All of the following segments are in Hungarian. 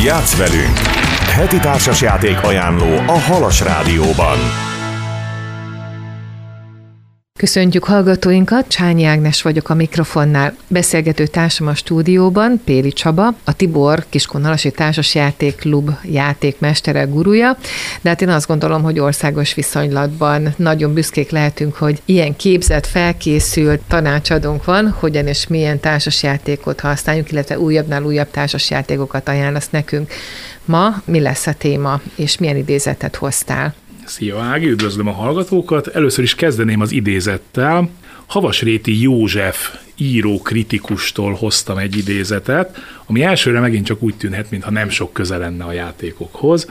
Játsz velünk! Heti társasjáték ajánló a Halas Rádióban. Köszöntjük hallgatóinkat, Csányi Ágnes vagyok a mikrofonnál. Beszélgető társam a stúdióban Péli Csaba, a Tibor Kiskunhalasi Társasjáték Klub játékmestere, gurúja, de hát én azt gondolom, hogy országos viszonylatban nagyon büszkék lehetünk, hogy ilyen képzett, felkészült tanácsadónk van, hogyan és milyen társasjátékot használjuk, illetve újabbnál újabb társasjátékokat ajánlasz nekünk. Ma mi lesz a téma, és milyen idézetet hoztál? Szia Ági, üdvözlöm a hallgatókat! Először is kezdeném az idézettel. Havasréti József író kritikustól hoztam egy idézetet, ami elsőre megint csak úgy tűnhet, mintha nem sok köze lenne a játékokhoz.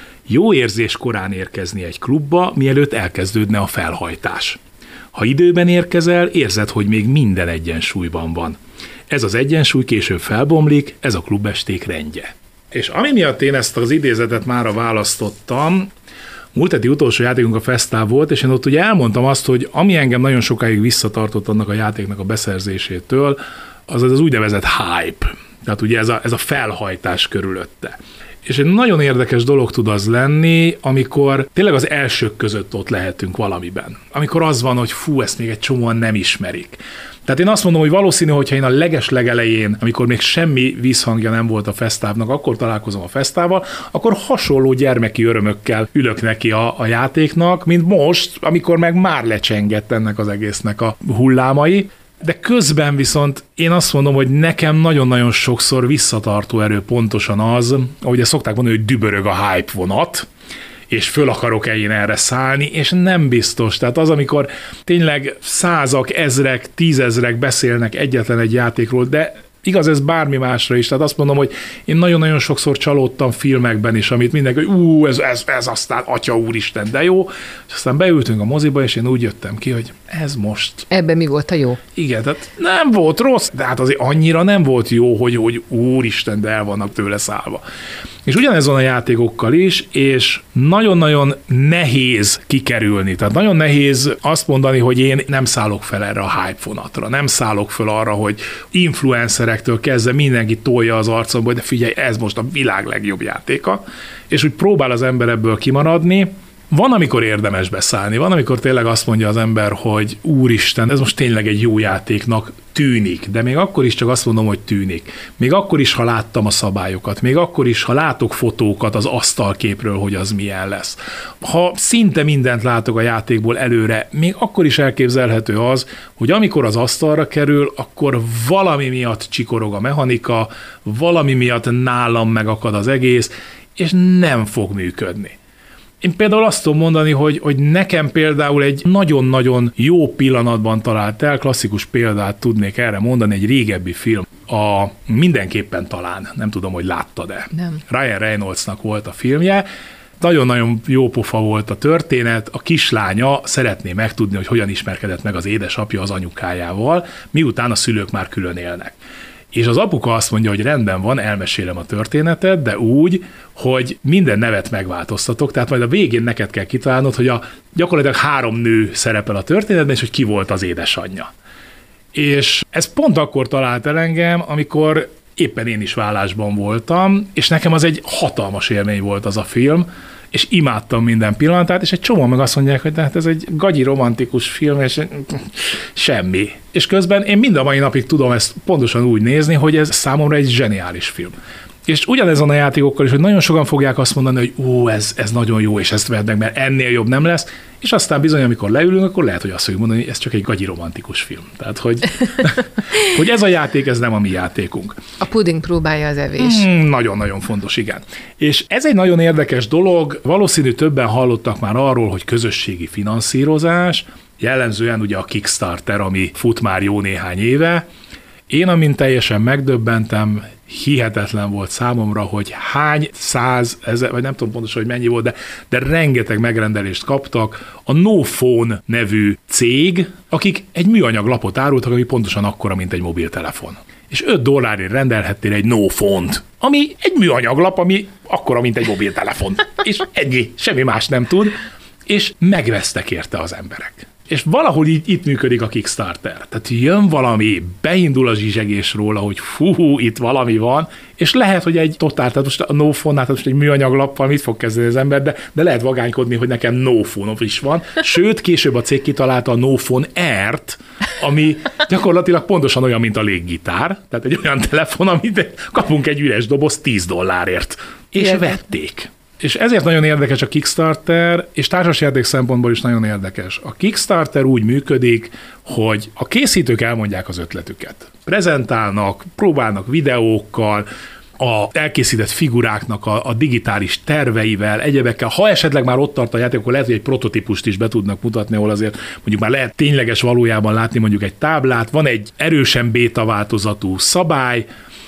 Jó érzés korán érkezni egy klubba, mielőtt elkezdődne a felhajtás. Ha időben érkezel, érzed, hogy még minden egyensúlyban van. Ez az egyensúly később felbomlik, ez a klubesték rendje. És ami miatt én ezt az idézetet mára választottam, múlt heti utolsó játékunk a Fesztál volt, és én ott ugye elmondtam azt, hogy ami engem nagyon sokáig visszatartott annak a játéknak a beszerzésétől, az úgynevezett hype. Tehát ugye ez a felhajtás körülötte. És egy nagyon érdekes dolog tud az lenni, amikor tényleg az elsők között ott lehetünk valamiben. Amikor az van, hogy fú, ezt még egy csomóan nem ismerik. Tehát én azt mondom, hogy valószínű, hogyha én a legelején, amikor még semmi vízhangja nem volt a Fesztávnak, akkor találkozom a Fesztával, akkor hasonló gyermeki örömökkel ülök neki a játéknak, mint most, amikor meg már lecsengett ennek az egésznek a hullámai. De közben viszont én azt mondom, hogy nekem nagyon-nagyon sokszor visszatartó erő pontosan az, ahogy ezt szokták mondani, hogy dübörög a hype vonat, és föl akarok-e én erre szállni, és nem biztos. Tehát az, amikor tényleg százak, ezrek, tízezrek beszélnek egyetlen egy játékról, de igaz ez bármi másra is. Tehát azt mondom, hogy én nagyon-nagyon sokszor csalódtam filmekben is, amit mindenki, hogy ez aztán atya úristen, de jó. És aztán beültünk a moziba, és én úgy jöttem ki, hogy ez most. Ebben mi volt a jó? Igen, tehát nem volt rossz, de hát azért annyira nem volt jó, hogy úristen, de el vannak tőle szállva. És ugyanez van a játékokkal is, és nagyon-nagyon nehéz kikerülni. Tehát nagyon nehéz azt mondani, hogy én nem szállok fel erre a hype vonatra. Nem szállok fel arra, hogy influencerektől kezdve mindenki tolja az arcomba, hogy de figyelj, ez most a világ legjobb játéka. És úgy próbál az ember ebből kimaradni. Van, amikor érdemes beszállni, van, amikor tényleg azt mondja az ember, hogy úristen, ez most tényleg egy jó játéknak tűnik, de még akkor is csak azt mondom, hogy tűnik. Még akkor is, ha láttam a szabályokat, még akkor is, ha látok fotókat az asztalképről, hogy az milyen lesz. Ha szinte mindent látok a játékból előre, még akkor is elképzelhető az, hogy amikor az asztalra kerül, akkor valami miatt csikorog a mechanika, valami miatt nálam megakad az egész, és nem fog működni. Én például azt tudom mondani, hogy nekem például egy nagyon-nagyon jó pillanatban talált el, klasszikus példát tudnék erre mondani, egy régebbi film, a Mindenképpen talán, nem tudom, hogy láttad-e. Nem. Ryan Reynoldsnak volt a filmje, nagyon-nagyon jó pofa volt a történet, a kislánya szeretné megtudni, hogy hogyan ismerkedett meg az édesapja az anyukájával, miután a szülők már külön élnek. És az apuka azt mondja, hogy rendben van, elmesélem a történetet, de úgy, hogy minden nevet megváltoztatok, tehát majd a végén neked kell kitalálnod, hogy gyakorlatilag 3 nő szerepel a történetben, és hogy ki volt az édesanyja. És ez pont akkor talált el engem, amikor éppen én is vállásban voltam, és nekem az egy hatalmas élmény volt az a film, és imádtam minden pillanatát, és egy csomó meg azt mondják, hogy de hát ez egy gagyi romantikus film, és semmi. És közben én mind a mai napig tudom ezt pontosan úgy nézni, hogy ez számomra egy zseniális film. És ugyanez van a játékokkal is, hogy nagyon sokan fogják azt mondani, hogy ez nagyon jó, és ezt vedd meg, mert ennél jobb nem lesz, és aztán bizony, amikor leülünk, akkor lehet, hogy azt fogjuk mondani, hogy ez csak egy gagyi romantikus film. Tehát, hogy ez a játék, ez nem a mi játékunk. A puding próbálja az evés. Nagyon-nagyon fontos, igen. És ez egy nagyon érdekes dolog, valószínű többen hallottak már arról, hogy közösségi finanszírozás, jellemzően ugye a Kickstarter, ami fut már jó néhány éve. Én, amint teljesen megdöbbentem, hihetetlen volt számomra, hogy hány 100 000, vagy nem tudom pontosan, hogy mennyi volt, de rengeteg megrendelést kaptak a NoPhone nevű cég, akik egy műanyag lapot árultak, ami pontosan akkora, mint egy mobiltelefon. És $5 rendelhettél egy NoPhone-t, ami egy műanyag lap, ami akkora, mint egy mobiltelefon. És ennyi, semmi más nem tud. És megvesztek érte az emberek. És valahogy itt működik a Kickstarter. Tehát jön valami, beindul a zsizsegés róla, hogy fú, itt valami van, és lehet, hogy egy totál, tehát most a no-phone-nál, most egy műanyaglappal mit fog kezdeni az ember, de lehet vagánykodni, hogy nekem no-phone is van. Sőt, később a cég kitalálta a no-phone Air-t, ami gyakorlatilag pontosan olyan, mint a léggitár, tehát egy olyan telefon, amit kapunk egy üres doboz $10. És vették. És ezért nagyon érdekes a Kickstarter, és társasjáték szempontból is nagyon érdekes. A Kickstarter úgy működik, hogy a készítők elmondják az ötletüket. Prezentálnak, próbálnak videókkal, a elkészített figuráknak a digitális terveivel, egyebekkel. Ha esetleg már ott tart a játék, akkor lehet, hogy egy prototípust is be tudnak mutatni, ahol azért mondjuk már lehet tényleges valójában látni mondjuk egy táblát, van egy erősen béta változatú szabály,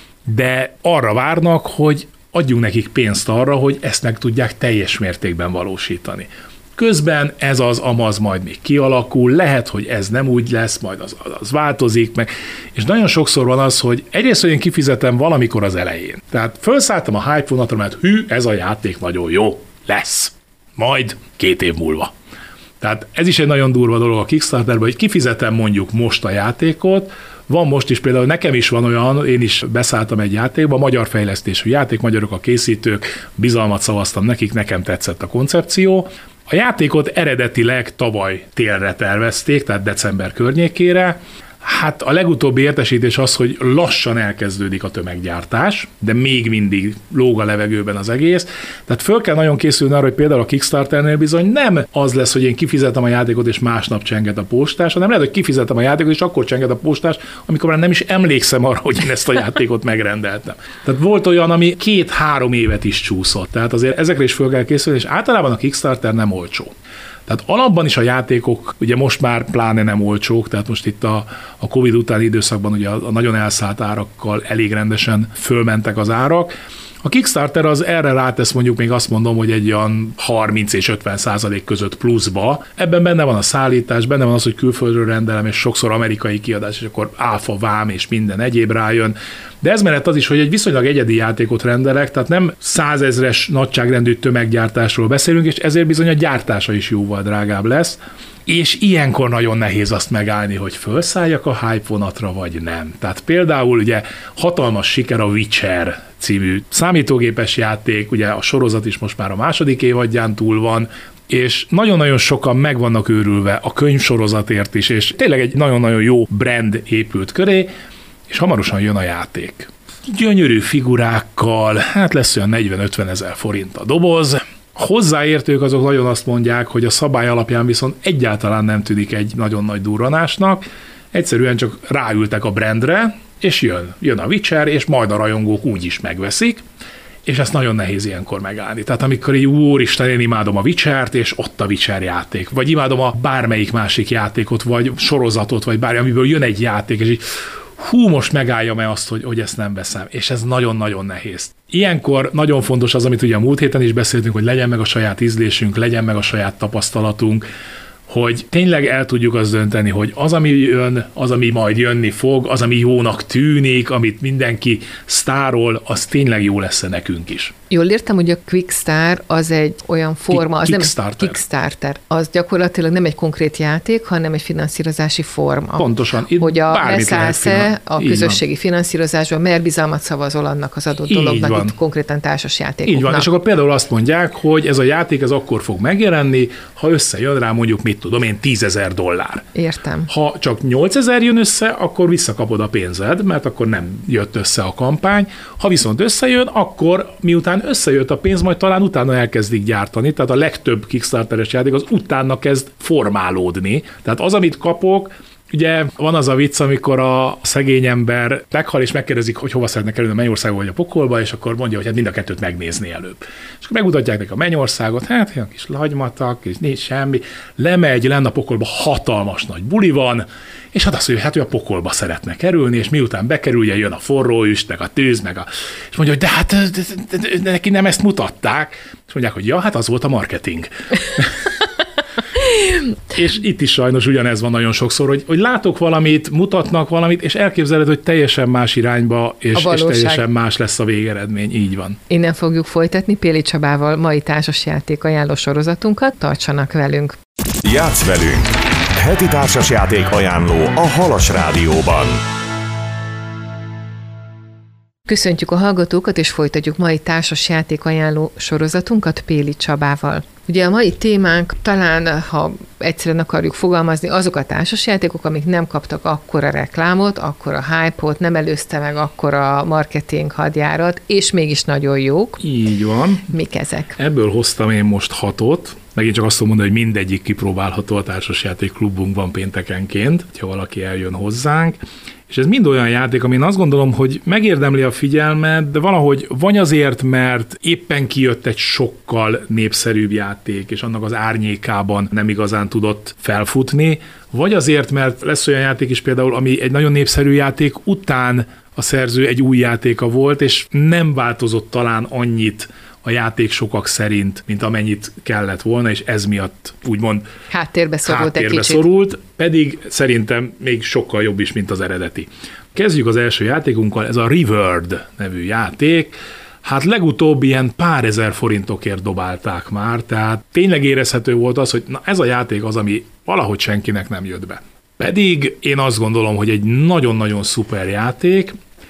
de arra várnak, hogy adjunk nekik pénzt arra, hogy ezt meg tudják teljes mértékben valósítani. Közben ez az amaz majd még kialakul, lehet, hogy ez nem úgy lesz, majd az változik meg, és nagyon sokszor van az, hogy egyrészt, hogy én kifizetem valamikor az elején. Tehát felszálltam a hype vonatra, mert ez a játék nagyon jó lesz, majd 2 év múlva. Tehát ez is egy nagyon durva dolog a Kickstarterben, hogy kifizetem mondjuk most a játékot. Van most is például, nekem is van olyan, én is beszálltam egy játékba, magyar fejlesztésű játék, magyarok a készítők, bizalmat szavaztam nekik, nekem tetszett a koncepció. A játékot eredetileg tavaly télre tervezték, tehát december környékére. Hát a legutóbbi értesítés az, hogy lassan elkezdődik a tömeggyártás, de még mindig lóg a levegőben az egész. Tehát föl kell nagyon készülni arra, hogy például a Kickstarternél bizony nem az lesz, hogy én kifizetem a játékot, és másnap csenged a postás, hanem lehet, hogy kifizetem a játékot, és akkor csenged a postás, amikor már nem is emlékszem arra, hogy én ezt a játékot megrendeltem. Tehát volt olyan, ami 2-3 évet is csúszott. Tehát azért ezekre is föl kell készülni, és általában a Kickstarter nem olcsó. Tehát alapban is a játékok ugye most már pláne nem olcsók, tehát most itt a Covid utáni időszakban ugye a nagyon elszállt árakkal elég rendesen fölmentek az árak. A Kickstarter az erre rátesz mondjuk még azt mondom, hogy egy olyan 30 és 50% között pluszba. Ebben benne van a szállítás, benne van az, hogy külföldről rendelem, és sokszor amerikai kiadás, és akkor áfa, vám és minden egyéb rájön. De ez mellett az is, hogy egy viszonylag egyedi játékot rendelek, tehát nem 100 000-es nagyságrendű tömeggyártásról beszélünk, és ezért bizony a gyártása is jóval drágább lesz. És ilyenkor nagyon nehéz azt megállni, hogy felszálljak a hype vonatra, vagy nem. Tehát például ugye hatalmas siker a Witcher című számítógépes játék, ugye a sorozat is most már a 2. évadján túl van, és nagyon-nagyon sokan meg vannak őrülve a könyvsorozatért is, és tényleg egy nagyon-nagyon jó brand épült köré, és hamarosan jön a játék. Gyönyörű figurákkal, hát lesz olyan 40-50 ezer forint a doboz. Hozzáértők azok nagyon azt mondják, hogy a szabály alapján viszont egyáltalán nem tűnik egy nagyon nagy durranásnak, egyszerűen csak ráültek a brandre, és jön a Witcher, és majd a rajongók úgy is megveszik, és ezt nagyon nehéz ilyenkor megállni. Tehát amikor így úristen, én imádom a Witchert, és ott a Witcher játék, vagy imádom a bármelyik másik játékot, vagy sorozatot, vagy bármi, amiből jön egy játék, és így most megálljam-e azt, hogy ezt nem veszem, és ez nagyon-nagyon nehéz. Ilyenkor nagyon fontos az, amit ugye a múlt héten is beszéltünk, hogy legyen meg a saját ízlésünk, legyen meg a saját tapasztalatunk, hogy tényleg el tudjuk azt dönteni, hogy az, ami jön, az, ami majd jönni fog, az, ami jónak tűnik, amit mindenki sztárol, az tényleg jó lesz nekünk is. Jól értem, hogy a Quickstar az egy olyan forma, az Kickstarter. Nem Kickstarter. Az gyakorlatilag nem egy konkrét játék, hanem egy finanszírozási forma. Pontosan. Itt hogy beszállsz-e a közösségi finanszírozásban, mert bizalmat szavazol annak az adott dolognak, itt konkrétan társas játékoknak. Így van, és akkor például azt mondják, hogy ez a játék ez akkor fog megjelenni, ha összejön rá mondjuk, mit tudom én, $10,000. Értem. Ha csak 8,000 jön össze, akkor visszakapod a pénzed, mert akkor nem jött össze a kampány. Ha viszont összejön, akkor miután összejött a pénz, majd talán utána elkezdik gyártani, tehát a legtöbb Kickstarteres játék az utána kezd formálódni. Tehát az, amit kapok, ugye van az a vicc, amikor a szegény ember meghal, és megkérdezik, hogy hova szeretne kerülni, a mennyországba vagy a pokolba, és akkor mondja, hogy hát mind a kettőt megnézni előbb. És akkor megmutatják neki a mennyországot, hát olyan kis lagymatak, és nincs semmi, lemegy, lenne a pokolba, hatalmas nagy buli van, és hát azt mondja, hogy a pokolba szeretne kerülni, és miután bekerülje, jön a forró üst, meg a tűz, és mondja, hogy de hát neki nem ezt mutatták, és mondják, hogy ja, hát az volt a marketing. És itt is sajnos ugyanez van nagyon sokszor, hogy látok valamit, mutatnak valamit, és elképzeled, hogy teljesen más irányba, és teljesen más lesz a végeredmény. Így van. Innen fogjuk folytatni Péli Csabával mai társasjáték ajánló sorozatunkat. Tartsanak velünk! Játsz velünk! Heti társasjáték ajánló a Halas Rádióban. Köszöntjük a hallgatókat, és folytatjuk mai társasjáték ajánló sorozatunkat Péli Csabával. Ugye a mai témánk talán, ha egyszerűen akarjuk fogalmazni, azok a társasjátékok, amik nem kaptak akkora reklámot, akkora hype-ot, nem előzte meg akkora marketing hadjárat, és mégis nagyon jók. Így van. Mik ezek? Ebből hoztam én most 6. Megint csak azt tudom mondani, hogy mindegyik kipróbálható a társasjáték klubunkban péntekenként, ha valaki eljön hozzánk. És ez mind olyan játék, amin azt gondolom, hogy megérdemli a figyelmet, de valahogy vagy azért, mert éppen kijött egy sokkal népszerűbb játék, és annak az árnyékában nem igazán tudott felfutni, vagy azért, mert lesz olyan játék is például, ami egy nagyon népszerű játék után a szerző egy új játéka volt, és nem változott talán annyit a játék sokak szerint, mint amennyit kellett volna, és ez miatt úgymond háttérbe szorult szorult, pedig szerintem még sokkal jobb is, mint az eredeti. Kezdjük az első játékunkkal, ez a Reword nevű játék. Hát legutóbb ilyen pár ezer forintokért dobálták már, tehát tényleg érezhető volt az, hogy na ez a játék az, ami valahogy senkinek nem jött be. Pedig én azt gondolom, hogy egy nagyon-nagyon szuper játék.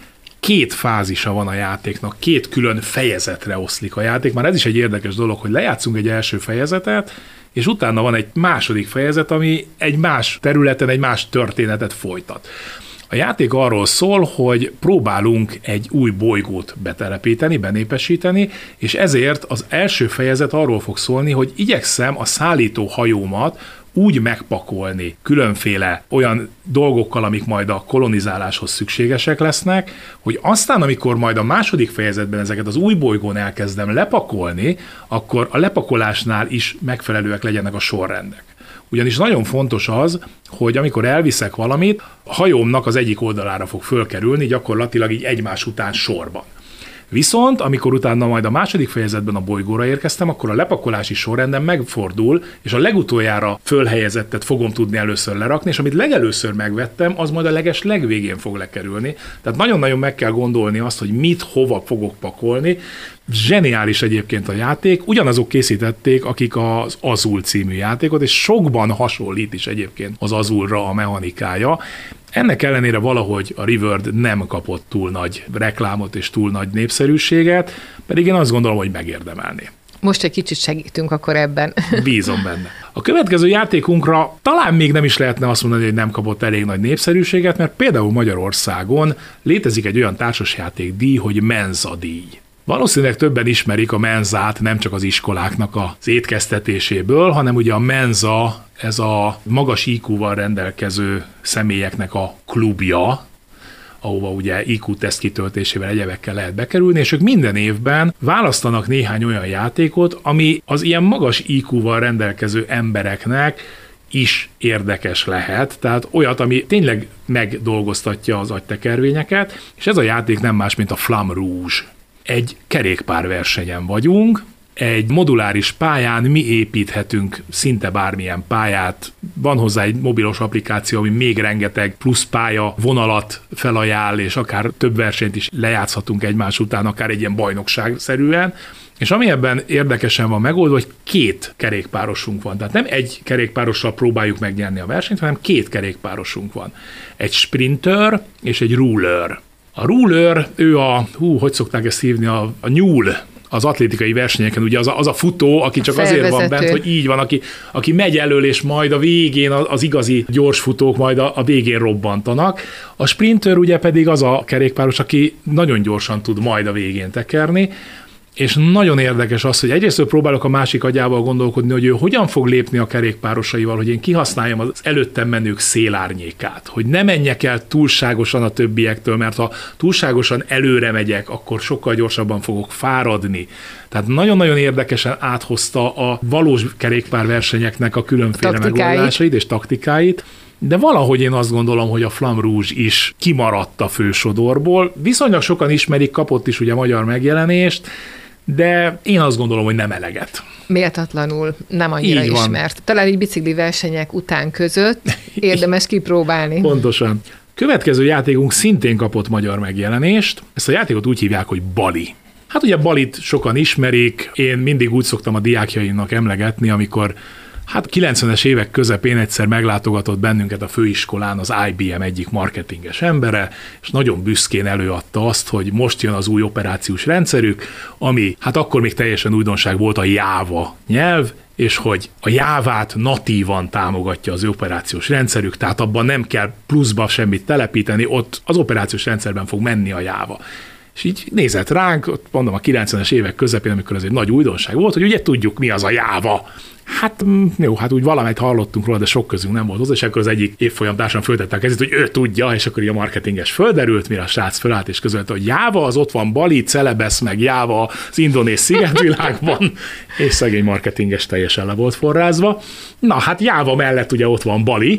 2 fázisa van a játéknak, 2 külön fejezetre oszlik a játék. Már ez is egy érdekes dolog, hogy lejátszunk egy első fejezetet, és utána van egy második fejezet, ami egy más területen, egy más történetet folytat. A játék arról szól, hogy próbálunk egy új bolygót betelepíteni, benépesíteni, és ezért az első fejezet arról fog szólni, hogy igyekszem a szállító hajómat úgy megpakolni különféle olyan dolgokkal, amik majd a kolonizáláshoz szükségesek lesznek, hogy aztán, amikor majd a második fejezetben ezeket az új bolygón elkezdem lepakolni, akkor a lepakolásnál is megfelelőek legyenek a sorrendek. Ugyanis nagyon fontos az, hogy amikor elviszek valamit, a hajómnak az egyik oldalára fog fölkerülni, gyakorlatilag így egymás után sorban. Viszont, amikor utána majd a második fejezetben a bolygóra érkeztem, akkor a lepakolási sorrendem megfordul, és a legutoljára fölhelyezettet fogom tudni először lerakni, és amit legelőször megvettem, az majd a legvégén fog lekerülni. Tehát nagyon-nagyon meg kell gondolni azt, hogy mit, hova fogok pakolni. Zseniális egyébként a játék, ugyanazok készítették, akik az Azul című játékot, és sokban hasonlít is egyébként az Azulra a mechanikája. Ennek ellenére valahogy a Reword nem kapott túl nagy reklámot és túl nagy népszerűséget, pedig én azt gondolom, hogy megérdemelné. Most egy kicsit segítünk akkor ebben. Bízom benne. A következő játékunkra talán még nem is lehetne azt mondani, hogy nem kapott elég nagy népszerűséget, mert például Magyarországon létezik egy olyan társasjáték díj, hogy Menza díj. Valószínűleg többen ismerik a menzát nem csak az iskoláknak az étkeztetéséből, hanem ugye a menza, ez a magas IQ-val rendelkező személyeknek a klubja, ahova ugye IQ-teszt kitöltésével egyebekkel lehet bekerülni, és ők minden évben választanak néhány olyan játékot, ami az ilyen magas IQ-val rendelkező embereknek is érdekes lehet, tehát olyat, ami tényleg megdolgoztatja az agytekervényeket, és ez a játék nem más, mint a Flamme Rouge. Egy kerékpárversenyen vagyunk, egy moduláris pályán mi építhetünk szinte bármilyen pályát, van hozzá egy mobilos applikáció, ami még rengeteg plusz pálya vonalat felajánl, és akár több versenyt is lejátszhatunk egymás után, akár egy ilyen bajnokságszerűen, és ami ebben érdekesen van megoldva, hogy 2 kerékpárosunk van. Tehát nem egy kerékpárossal próbáljuk megnyerni a versenyt, hanem 2 kerékpárosunk van. Egy sprinter és egy ruler. A ruler, ő hogy szokták ezt hívni, a nyúl az atlétikai versenyeken, ugye az a futó, aki csak azért van bent, hogy így van, aki megy elől, és majd a végén az igazi gyors futók majd a végén robbantanak. A sprinter ugye pedig az a kerékpáros, aki nagyon gyorsan tud majd a végén tekerni, és nagyon érdekes az, hogy egyrészt próbálok a másik agyával gondolkodni, hogy ő hogyan fog lépni a kerékpárosaival, hogy én kihasználjam az előttem menők szélárnyékát, hogy ne menjek el túlságosan a többiektől, mert ha túlságosan előre megyek, akkor sokkal gyorsabban fogok fáradni. Tehát nagyon-nagyon érdekesen áthozta a valós kerékpárversenyeknek a különféle megoldásait és taktikáit, de valahogy én azt gondolom, hogy a Flamme Rouge is kimaradt a fősodorból. Viszonylag sokan ismerik, kapott is ugye magyar megjelenést, de én azt gondolom, hogy nem eleget. Méltatlanul nem annyira ismert. Talán egy bicikli versenyek után között érdemes kipróbálni. Pontosan. Következő játékunk szintén kapott magyar megjelenést. Ezt a játékot úgy hívják, hogy Bali. Hát ugye Balit sokan ismerik, én mindig úgy szoktam a diákjaimnak emlegetni, amikor Hát 90-es évek közepén egyszer meglátogatott bennünket a főiskolán az IBM egyik marketinges embere, és nagyon büszkén előadta azt, hogy most jön az új operációs rendszerük, ami hát akkor még teljesen újdonság volt, a Java nyelv, és hogy a Jávát natívan támogatja az operációs rendszerük, tehát abban nem kell pluszba semmit telepíteni, ott az operációs rendszerben fog menni a Java. És így nézett ránk, ott mondom a 90-es évek közepén, amikor ez egy nagy újdonság volt, hogy ugye tudjuk, mi az a Java. Hát jó, hát úgy valamelyet hallottunk róla, de sok közünk nem volt hozzá, és akkor az egyik évfolyamtársam föltette a kezét, hogy ő tudja, és akkor így a marketinges földerült, mire a srác fölállt és közölte, hogy Java, az ott van Bali, Celebesz, meg Java az indonéz szigetvilágban, és szegény marketinges teljesen le volt forrázva. Na hát Java mellett ugye ott van Bali,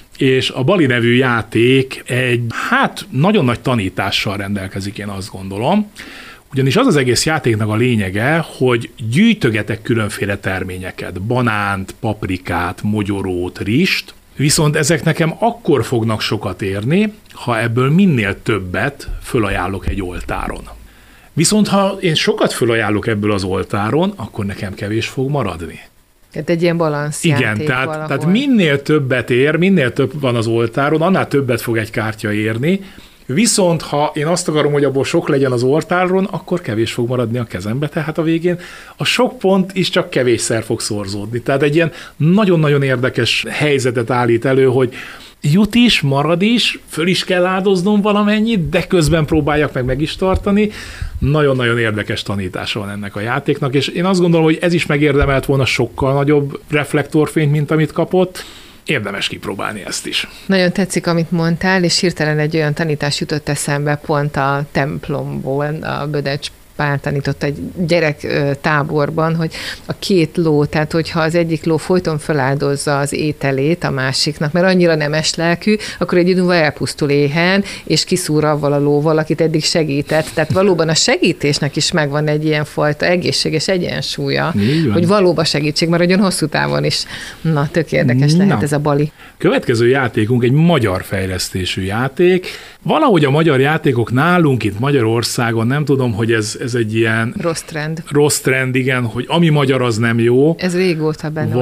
és a Bali nevű játék egy, hát nagyon nagy tanítással rendelkezik, én azt gondolom, ugyanis az az egész játéknak a lényege, hogy gyűjtögetek különféle terményeket, banánt, paprikát, mogyorót, rist, viszont ezek nekem akkor fognak sokat érni, ha ebből minél többet fölajánlok egy oltáron. Viszont ha én sokat fölajánlok ebből az oltáron, akkor nekem kevés fog maradni. Tehát egy ilyen balanszjáték. Igen, tehát minél többet ér, minél több van az oltáron, annál többet fog egy kártya érni, viszont ha én azt akarom, hogy abból sok legyen az oltáron, akkor kevés fog maradni a kezembe, tehát a végén a sok pont is csak kevésszer fog szorzódni. Tehát egy ilyen nagyon-nagyon érdekes helyzetet állít elő, hogy jut is, marad is, föl is kell áldoznom valamennyit, de közben próbáljak meg is tartani. Nagyon-nagyon érdekes tanítása van ennek a játéknak, és én azt gondolom, hogy ez is megérdemelt volna sokkal nagyobb reflektorfényt, mint amit kapott. Érdemes kipróbálni ezt is. Nagyon tetszik, amit mondtál, és hirtelen egy olyan tanítás jutott eszembe pont a templomból, a Bödecs Pál tanított egy gyerek táborban, hogy a két ló, tehát hogyha az egyik ló folyton feláldozza az ételét a másiknak, mert annyira nemes lelkű, akkor egy idő múlva elpusztul éhen, és kiszúr avval a lóval, akit eddig segített. Tehát valóban a segítésnek is megvan egy ilyen fajta egészséges egyensúlya, hogy valóban segítség, mert nagyon hosszú távon is. Na, tök érdekes lehet ez a Bali. Következő játékunk egy magyar fejlesztésű játék. Valahogy a magyar játékok nálunk itt Magyarországon, nem tudom, hogy ez egy ilyen rossz trend, igen, hogy ami magyar, az nem jó. Ez régóta benne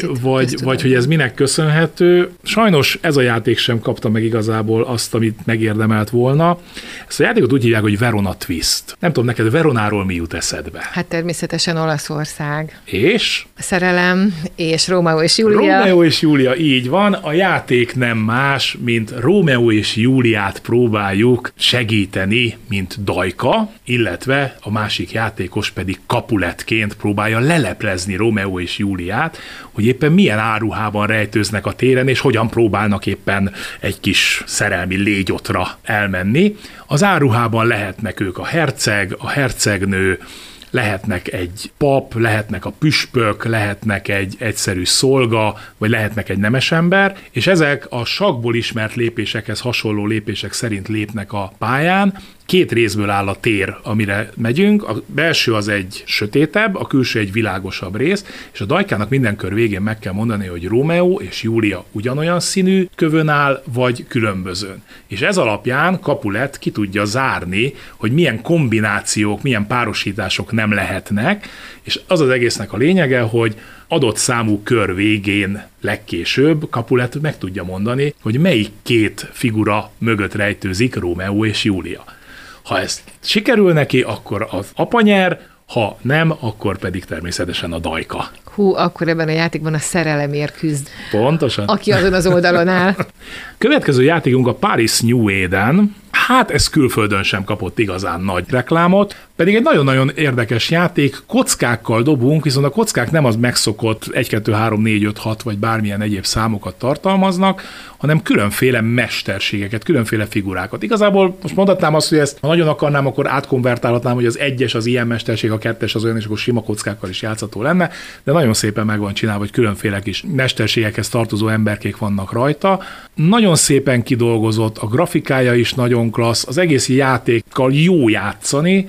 vagy hogy ez minek köszönhető. Sajnos ez a játék sem kapta meg igazából azt, amit megérdemelt volna. Ezt a játékot úgy hívják, hogy Verona Twist. Nem tudom, neked Veronáról mi jut eszedbe? Hát természetesen Olaszország. És? Szerelem, és Rómeó és Júlia. Rómeó és Júlia, így van. A játék nem más, mint Rómeó és Júliát próbáljuk segíteni, mint Dajka, illetve a másik játékos pedig Capuletként próbálja leleplezni Rómeó és Júliát, hogy éppen milyen áruhában rejtőznek a téren, és hogyan próbálnak éppen egy kis szerelmi légyotra elmenni. Az áruhában lehetnek ők a herceg, a hercegnő, lehetnek egy pap, lehetnek a püspök, lehetnek egy egyszerű szolga, vagy lehetnek egy nemesember, és ezek a sakkból ismert lépésekhez hasonló lépések szerint lépnek a pályán. Két részből áll a tér, amire megyünk. A belső az egy sötétebb, a külső egy világosabb rész, és a Dajkának minden kör végén meg kell mondani, hogy Rómeó és Júlia ugyanolyan színű kövön áll, vagy különbözőn. És ez alapján Capulet ki tudja zárni, hogy milyen kombinációk, milyen párosítások nem lehetnek, és az az egésznek a lényege, hogy adott számú kör végén legkésőbb Capulet meg tudja mondani, hogy melyik két figura mögött rejtőzik Rómeó és Júlia. Ha ez sikerül neki, akkor az apa nyer, ha nem, akkor pedig természetesen a Dajka. Akkor ebben a játékban a szerelemért küzd. Pontosan. Aki azon az oldalon áll. Következő játékunk a Paris New Eden. Hát ez külföldön sem kapott igazán nagy reklámot, pedig egy nagyon-nagyon érdekes játék, kockákkal dobunk, viszont a kockák nem az megszokott 1, 2, 3, 4, 5, 6 vagy bármilyen egyéb számokat tartalmaznak, hanem különféle mesterségeket, különféle figurákat. Igazából most mondhatnám azt, hogy ezt, ha nagyon akarnám, akkor átkonvertálhatnám, hogy az 1-es az ilyen mesterség, a 2-es az olyan, és akkor sima kockákkal is játszható lenne, de nagyon szépen meg van csinálva, hogy különféle kis mesterségekhez tartozó emberkék vannak rajta. Nagyon szépen kidolgozott, a grafikája is nagyon klassz, az egész játékkal jó játszani,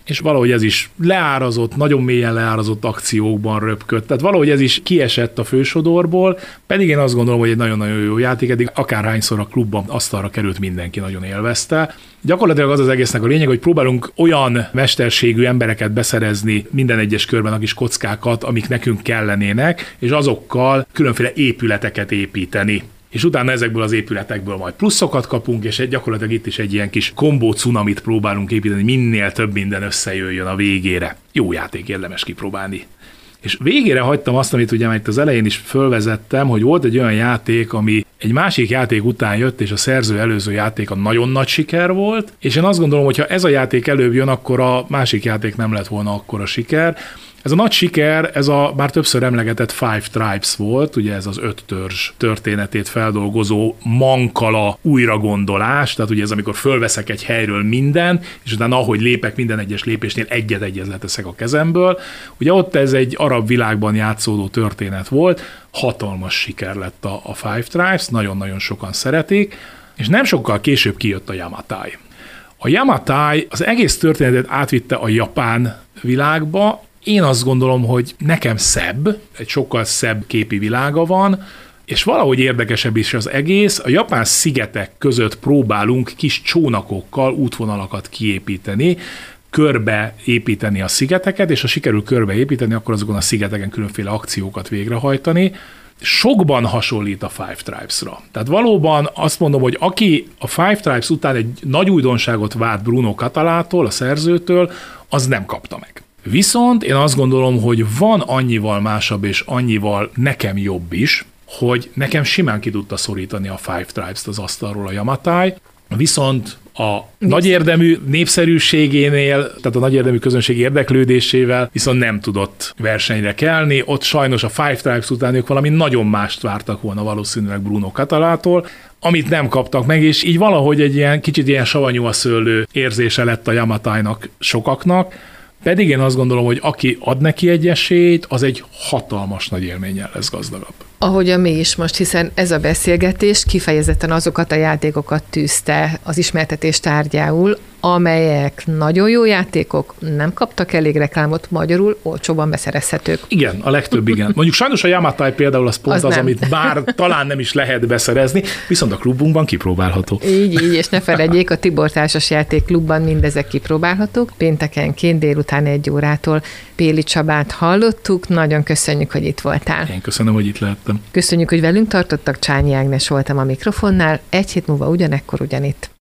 és valahogy ez is leárazott, nagyon mélyen leárazott akciókban röpködt. Tehát valahogy ez is kiesett a fősodorból, pedig én azt gondolom, hogy egy nagyon-nagyon jó játék, eddig akárhányszor a klubban asztalra került, mindenki nagyon élvezte. Gyakorlatilag az egésznek a lényeg, hogy próbálunk olyan mesterségű embereket beszerezni minden egyes körben a kis kockákat, amik nekünk kellenének, és azokkal különféle épületeket építeni. És utána ezekből az épületekből majd pluszokat kapunk, és gyakorlatilag itt is egy ilyen kis kombó cunamit próbálunk építeni, minél több minden összejöjjön a végére. Jó játék, érdemes kipróbálni. És végére hagytam azt, amit ugye már itt az elején is fölvezettem, hogy volt egy olyan játék, ami egy másik játék után jött, és a szerző előző játéka nagyon nagy siker volt, és én azt gondolom, hogy ha ez a játék előbb jön, akkor a másik játék nem lett volna akkora siker. Ez a nagy siker, ez a már többször emlegetett Five Tribes volt, ugye ez az 5 törzs történetét feldolgozó Mancala újragondolás, tehát ugye ez amikor fölveszek egy helyről minden, és utána ahogy lépek minden egyes lépésnél egyet leteszek a kezemből. Ugye ott ez egy arab világban játszódó történet volt, hatalmas siker lett a Five Tribes, nagyon-nagyon sokan szeretik, és nem sokkal később kijött a Yamatai. A Yamatai az egész történetet átvitte a japán világba. Én azt gondolom, hogy nekem szebb, egy sokkal szebb képi világa van, és valahogy érdekesebb is az egész. A japán szigetek között próbálunk kis csónakokkal útvonalakat kiépíteni, körbe építeni a szigeteket, és ha sikerül körbe építeni, akkor azokon a szigeteken különféle akciókat végrehajtani. Sokban hasonlít a Five Tribes-ra. Tehát valóban azt mondom, hogy aki a Five Tribes után egy nagy újdonságot várt Bruno Catalától, a szerzőtől, az nem kapta meg. Viszont én azt gondolom, hogy van annyival másabb és annyival nekem jobb is, hogy nekem simán ki tudta szorítani a Five Tribes-t az asztalról a Yamatai, viszont a nagy érdemű népszerűségénél, tehát a nagy érdemű közönség érdeklődésével viszont nem tudott versenyre kelni. Ott sajnos a Five Tribes után ők valami nagyon mást vártak volna valószínűleg Bruno Catalától, amit nem kaptak meg, és így valahogy egy ilyen kicsit ilyen savanyú a szőlő érzése lett a Yamatainak sokaknak, pedig én azt gondolom, hogy aki ad neki egy esélyt, az egy hatalmas nagy élménnyel lesz gazdagabb. Ahogyan mi is most, hiszen ez a beszélgetés kifejezetten azokat a játékokat tűzte az ismertetés tárgyául, amelyek nagyon jó játékok, nem kaptak elég reklámot, magyarul olcsóban beszerezhetők. Igen, a legtöbb igen. Mondjuk sajnos a Yamatai például az pont az amit bár talán nem is lehet beszerezni, viszont a klubunkban kipróbálható. Így, és ne feledjék, a Tibor Társasjáték Klubban mindezek kipróbálhatók. Péntekenként délután 1 órától Péli Csabát hallottuk. Nagyon köszönjük, hogy itt voltál. Én köszönöm, hogy itt lehettem. Köszönjük, hogy velünk tartottak. Csányi Ágnes voltam a mikrofonnál. 1 hét múlva ugyanekkor ugyanitt.